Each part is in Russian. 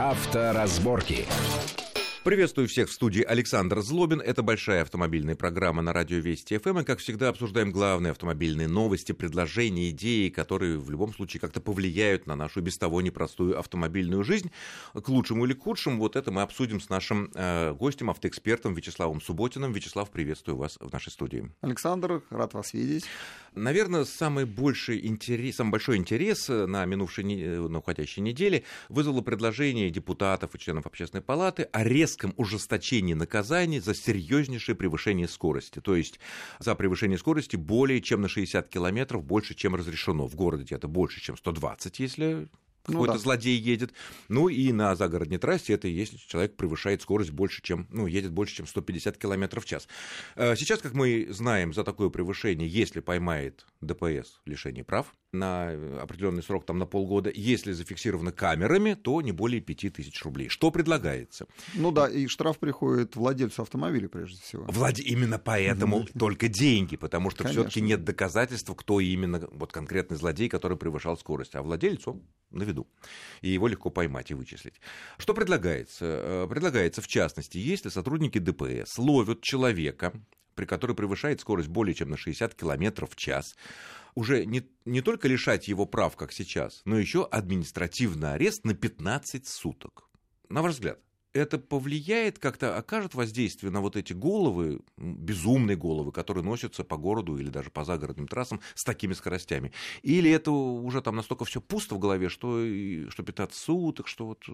Авторазборки. Приветствую всех в студии Александр Злобин. Это большая автомобильная программа на радио Вести ФМ. И, как всегда, обсуждаем главные автомобильные новости, предложения, идеи, которые в любом случае как-то повлияют на нашу без того непростую автомобильную жизнь. К лучшему или к худшему, вот это мы обсудим с нашим гостем, автоэкспертом Вячеславом Субботиным. Вячеслав, приветствую вас в нашей студии. Александр, рад вас видеть. Наверное, самый большой интерес на уходящей неделе вызвало предложение депутатов и членов Общественной палаты о резком ужесточении наказаний за серьезнейшее превышение скорости. То есть за превышение скорости более чем на 60 километров, больше, чем разрешено. В городе это больше, чем 120, если какой-то злодей едет. Ну и на загородной трассе это если человек превышает скорость больше, чем, едет больше, чем 150 км в час. Сейчас, как мы знаем, за такое превышение, если поймает ДПС, лишение прав на определенный срок, там на полгода, если зафиксировано камерами, то не более 5000 рублей. Что предлагается? И штраф приходит владельцу автомобиля, прежде всего. Именно поэтому только деньги, потому что все-таки нет доказательства, кто именно конкретный злодей, который превышал скорость, а владелец, он на виду, и его легко поймать и вычислить. Что предлагается? Предлагается, в частности, если сотрудники ДПС ловят человека, который превышает скорость более чем на 60 км в час, уже не только лишать его прав, как сейчас, но еще административный арест на 15 суток. На ваш взгляд, это повлияет, как-то окажет воздействие на вот эти головы, безумные головы, которые носятся по городу или даже по загородным трассам с такими скоростями? Или это уже там настолько все пусто в голове, что 15 суток, что вот...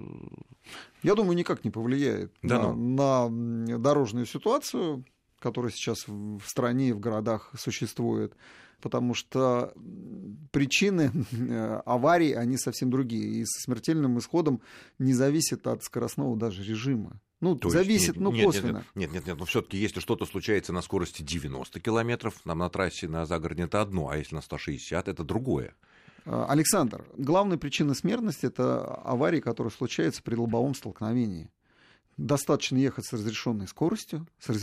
Я думаю, никак не повлияет на дорожную ситуацию, которая сейчас в стране и в городах существует, потому что причины аварий, они совсем другие, и со смертельным исходом не зависит от скоростного даже режима. Зависит, косвенно. Нет, но все-таки, если что-то случается на скорости 90 километров, на трассе на загородной это одно, а если на 160, это другое. Александр, главная причина смертности – это аварии, которые случаются при лобовом столкновении. Достаточно ехать с разрешенной скоростью,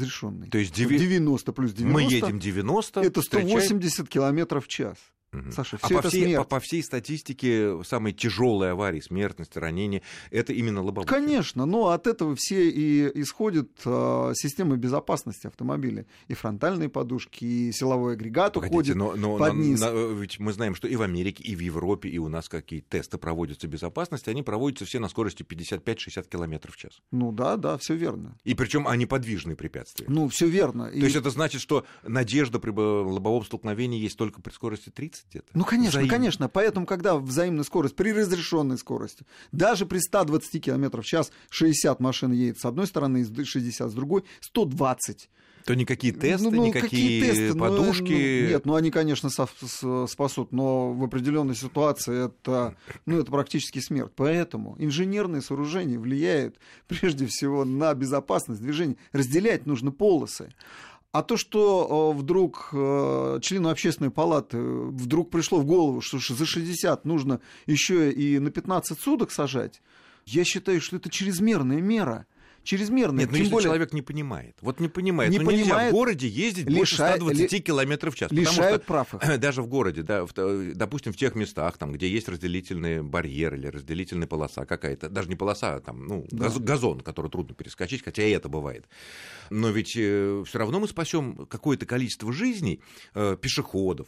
То есть 90 плюс 90. Мы едем 90. Это 180 километров в час. Саша, все это смерть. По всей статистике самые тяжелые аварии, смертность, ранения, это именно лобовые. Конечно, но от этого все и исходят системы безопасности автомобиля. И фронтальные подушки, и силовой агрегат уходит под низ. Ведь мы знаем, что и в Америке, и в Европе, и у нас какие тесты проводятся безопасности, они проводятся все на скорости 55-60 км в час. Да, все верно. И причем они подвижные препятствия. Все верно. То есть это значит, что надежда при лобовом столкновении есть только при скорости 30 где-то? Конечно. Поэтому, когда взаимная скорость при разрешенной скорости, даже при 120 км в час 60 машин едет с одной стороны, 60 с другой, 120. То никакие тесты, никакие подушки... Нет, они, конечно, спасут, но в определенной ситуации это практически смерть. Поэтому инженерное сооружение влияет прежде всего на безопасность движения. Разделять нужно полосы. А то, что вдруг члену общественной палаты вдруг пришло в голову, что за 60 нужно еще и на 15 суток сажать, я считаю, что это чрезмерная мера. Нет, но если человек не понимает. Нельзя в городе ездить больше 120 км в час. Лишают прав их. Даже в городе, допустим, в тех местах, там, где есть разделительный барьер или разделительная полоса какая-то, даже не полоса, газон, который трудно перескочить, хотя и это бывает. Но ведь все равно мы спасем какое-то количество жизней пешеходов,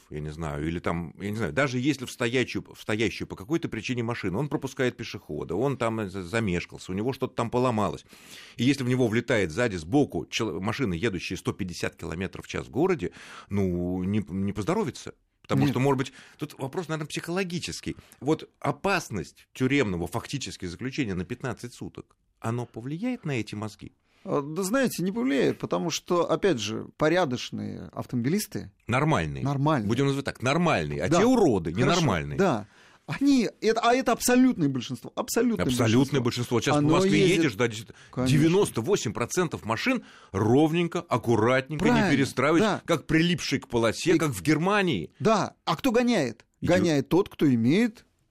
даже если в стоящую по какой-то причине машину, он пропускает пешехода, он там замешкался, у него что-то там поломалось. И если в него влетает сзади, сбоку машина, едущая 150 км в час в городе, не поздоровится. Потому что, может быть, тут вопрос, наверное, психологический. Опасность тюремного фактически заключения на 15 суток, оно повлияет на эти мозги? Да знаете, не повлияет, потому что, опять же, порядочные автомобилисты... Нормальные. Будем называть так, нормальные. А те уроды ненормальные. Да. Это абсолютное большинство. Абсолютное большинство. Сейчас по Москве едешь, 98% машин ровненько, аккуратненько, не перестраиваясь, как прилипшие к полосе, как в Германии. Да, а кто гоняет? Гоняет тот, кто имеет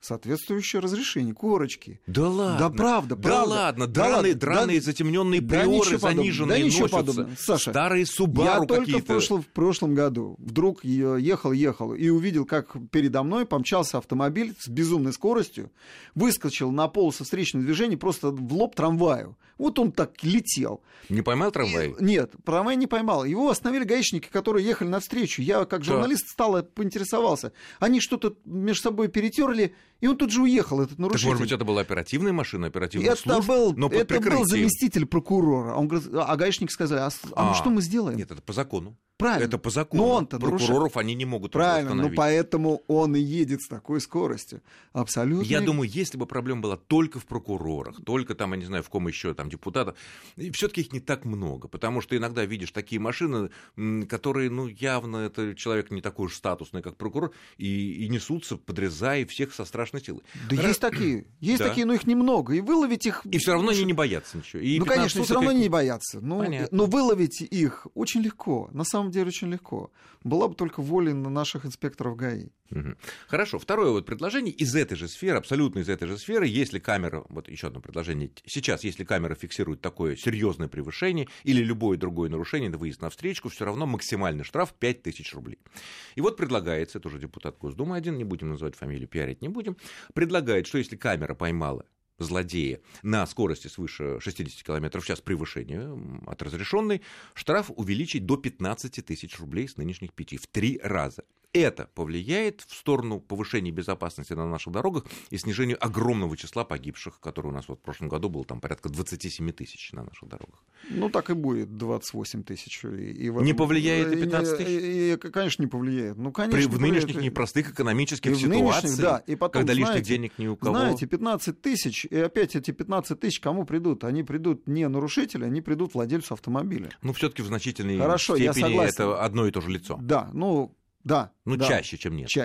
соответствующее разрешение, корочки. Да ладно. Да правда, да ладно. Драные затемненные приоры, заниженные носятся. Подобного. Саша, старые Subaru я какие-то. только в прошлом году вдруг ехал и увидел, как передо мной помчался автомобиль с безумной скоростью, выскочил на полосу встречного движения просто в лоб трамваю. Вот он так летел. Не поймал трамвай? Нет, трамвай не поймал. Его остановили гаишники, которые ехали навстречу. Я, как журналист, поинтересовался. Они что-то между собой перетерли, и он тут же уехал, этот нарушитель. Так, может быть, это была оперативная машина, оперативная служба? Это был заместитель прокурора. Он говорит, а гаишники сказали, ну что мы сделаем? Нет, это по закону. Правильно. Это по закону. Но он-то прокуроров они не могут правильно, остановить. Но поэтому он и едет с такой скоростью. Абсолютно. Я думаю, если бы проблема была только в прокурорах, только там, я не знаю, в ком еще, там, депутатах, все-таки их не так много, потому что иногда видишь такие машины, которые, ну, явно, это человек не такой уж статусный, как прокурор, и несутся, подрезая всех со страшной силой. Да есть такие, но их немного, и выловить их... И все равно они не боятся ничего. И конечно, все равно не боятся, но выловить их очень легко, на самом деле очень легко. Была бы только воля на наших инспекторов ГАИ. Хорошо. Второе вот предложение из этой же сферы, абсолютно из этой же сферы, если камера, вот еще одно предложение, сейчас, если камера фиксирует такое серьезное превышение или любое другое нарушение, на выезд на встречку, все равно максимальный штраф 5000 рублей. И вот предлагается, это уже депутат Госдумы один, не будем называть фамилию, пиарить не будем, предлагает, что если камера поймала злодея на скорости свыше 60 км в час превышения от разрешенной, штраф увеличить до 15 тысяч рублей с нынешних 5, в 3 раза. Это повлияет в сторону повышения безопасности на наших дорогах и снижению огромного числа погибших, которые у нас вот в прошлом году было там порядка 27 тысяч на наших дорогах. Ну, так и будет, 28 тысяч. Не повлияет и 15 тысяч? Конечно, не повлияет. Ну, конечно, в нынешних непростых экономических ситуациях, да. И потом, когда лишних денег ни у кого. Знаете, 15 тысяч, и опять эти 15 тысяч кому придут? Они придут не нарушителю, они придут владельцу автомобиля. Ну, все-таки в значительной степени это одно и то же лицо. Да, да. Чаще, чем нет.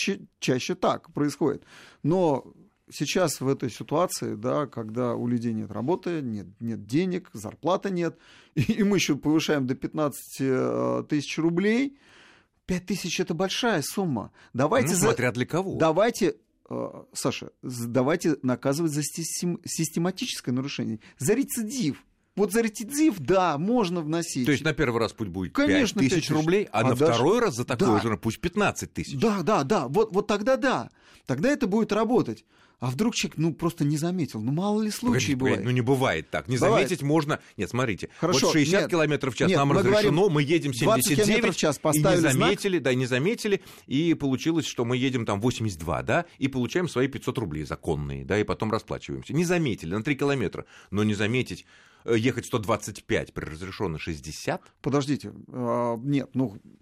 Чаще так происходит. Но сейчас в этой ситуации, да, когда у людей нет работы, нет денег, зарплаты нет, и мы еще повышаем до 15 тысяч рублей, 5 тысяч — это большая сумма. Давайте смотря для кого. Саша, давайте наказывать за систематическое нарушение, за рецидив. Вот за рецидив, да, можно вносить. То есть на первый раз пусть будет 5 тысяч рублей, а на второй раз за такое же пусть 15 тысяч. Да. Вот тогда да. Тогда это будет работать. А вдруг человек, просто не заметил. Мало ли случаев бывает. Не бывает так. Не заметить можно... Нет, смотрите. Хорошо, вот 60 километров в час нам разрешено, мы едем 79, в час и не заметили, и получилось, что мы едем там 82, да, и получаем свои 500 рублей законные, да, и потом расплачиваемся. Не заметили на 3 километра, но не заметить... Ехать 125 при разрешенной 60? Подождите, нет,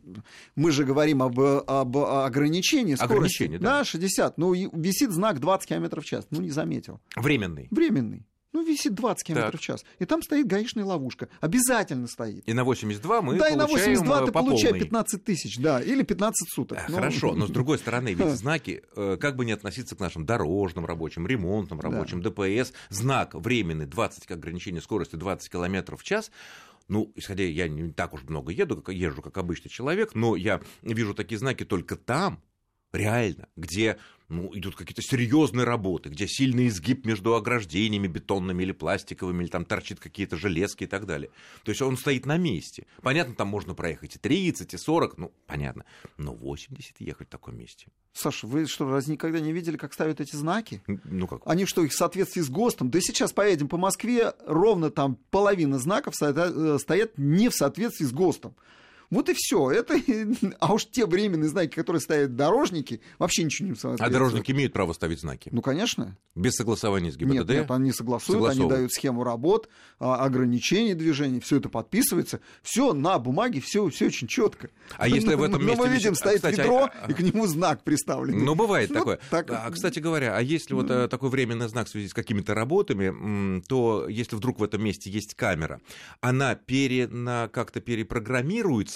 мы же говорим об ограничении скорости. Ограничение, да. 60, висит знак 20 км в час, не заметил. Временный. Висит 20 км в час. И там стоит гаишная ловушка. Обязательно стоит. И на 82 мы получаем. Да, и на 82 ты получаешь полной. 15 тысяч, да, или 15 суток. Хорошо, но с другой стороны, ведь знаки, как бы не относиться к нашим дорожным рабочим, ремонтным рабочим, ДПС, знак временный 20, ограничение скорости 20 км в час, исходя, я не так уж много езжу, как обычный человек, но я вижу такие знаки только там, реально, где идут какие-то серьезные работы, где сильный изгиб между ограждениями бетонными или пластиковыми, или там торчит какие-то железки и так далее. То есть он стоит на месте. Понятно, там можно проехать и 30, и 40, понятно. Но 80 ехать в таком месте. Саша, вы что, разве никогда не видели, как ставят эти знаки? Как? Они что, их в соответствии с ГОСТом? Да сейчас поедем по Москве, ровно там половина знаков стоят не в соответствии с ГОСТом. Вот и все. А уж те временные знаки, которые ставят дорожники, вообще ничего не соответствует. А дорожники имеют право ставить знаки? Конечно. Без согласования с ГИБДД? Нет, они согласуют, они дают схему работ, ограничений движений, все это подписывается, все на бумаге, все очень четко. А если в этом месте... мы видим, стоит ведро, и к нему знак приставлен. Бывает такое. Кстати говоря, а если вот такой временный знак в связи с какими-то работами, то если вдруг в этом месте есть камера, она как-то перепрограммируется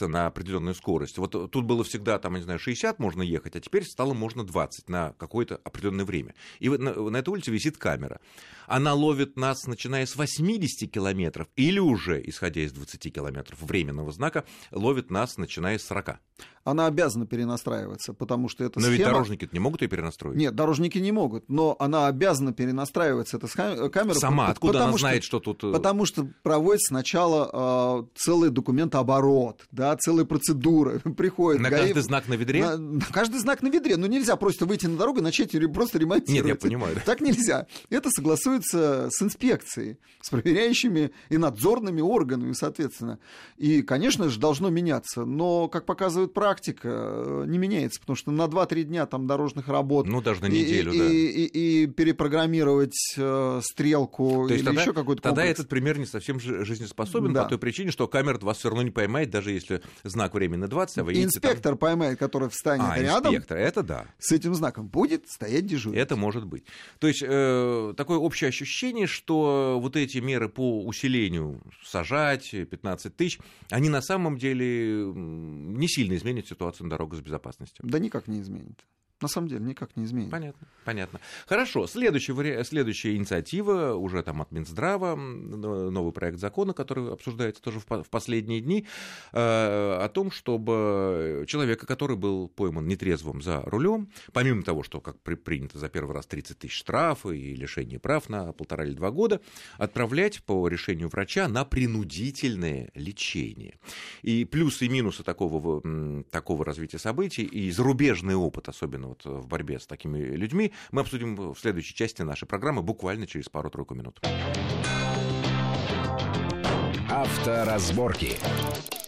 разделиться на определенную скорость. Вот тут было всегда, там, не знаю, 60 можно ехать, а теперь стало можно 20 на какое-то определенное время. И на этой улице висит камера. Она ловит нас, начиная с 80 километров, или уже, исходя из 20 километров временного знака, ловит нас, начиная с 40. Она обязана перенастраиваться, потому что это Но схема... ведь дорожники не могут ее перенастроить? Нет, дорожники не могут, но она обязана перенастраиваться, эта камера. Сама? Откуда она знает, что тут... Потому что проводится сначала целый документооборот, да, целая процедура. Приходит на ГАИ... каждый знак на ведре? На каждый знак на ведре. Ну, нельзя просто выйти на дорогу и начать просто ремонтировать. Нет, я понимаю. Так нельзя. Это согласуется с инспекцией, с проверяющими и надзорными органами, соответственно. И, конечно же, должно меняться. Но, как показывает практика, не меняется, потому что на 2-3 дня там дорожных работ... Ну, даже на неделю, да. И перепрограммировать стрелку или еще какой-то комплекс. Тогда этот пример не совсем жизнеспособен, да, по той причине, что камера вас все равно не поймает, даже если знак времени 20, а вы едете инспектор там... поймает, который встанет рядом. Инспектор, это да. С этим знаком будет стоять дежурить. Это может быть. То есть такое общее ощущение, что вот эти меры по усилению сажать, 15 тысяч, они на самом деле не сильно изменят ситуацию на дорогах с безопасностью. Да никак не изменит. На самом деле никак не изменит. Понятно. Хорошо. Следующая инициатива уже там от Минздрава, новый проект закона, который обсуждается тоже в последние дни, о том, чтобы человека, который был пойман нетрезвым за рулем, помимо того, что, как принято, за первый раз 30 тысяч штрафы и лишение прав на 1,5 или 2 года, отправлять по решению врача на принудительное лечение. И плюсы и минусы такого развития событий и зарубежный опыт, особенно в борьбе с такими людьми, мы обсудим в следующей части нашей программы буквально через пару-тройку минут. Авторазборки.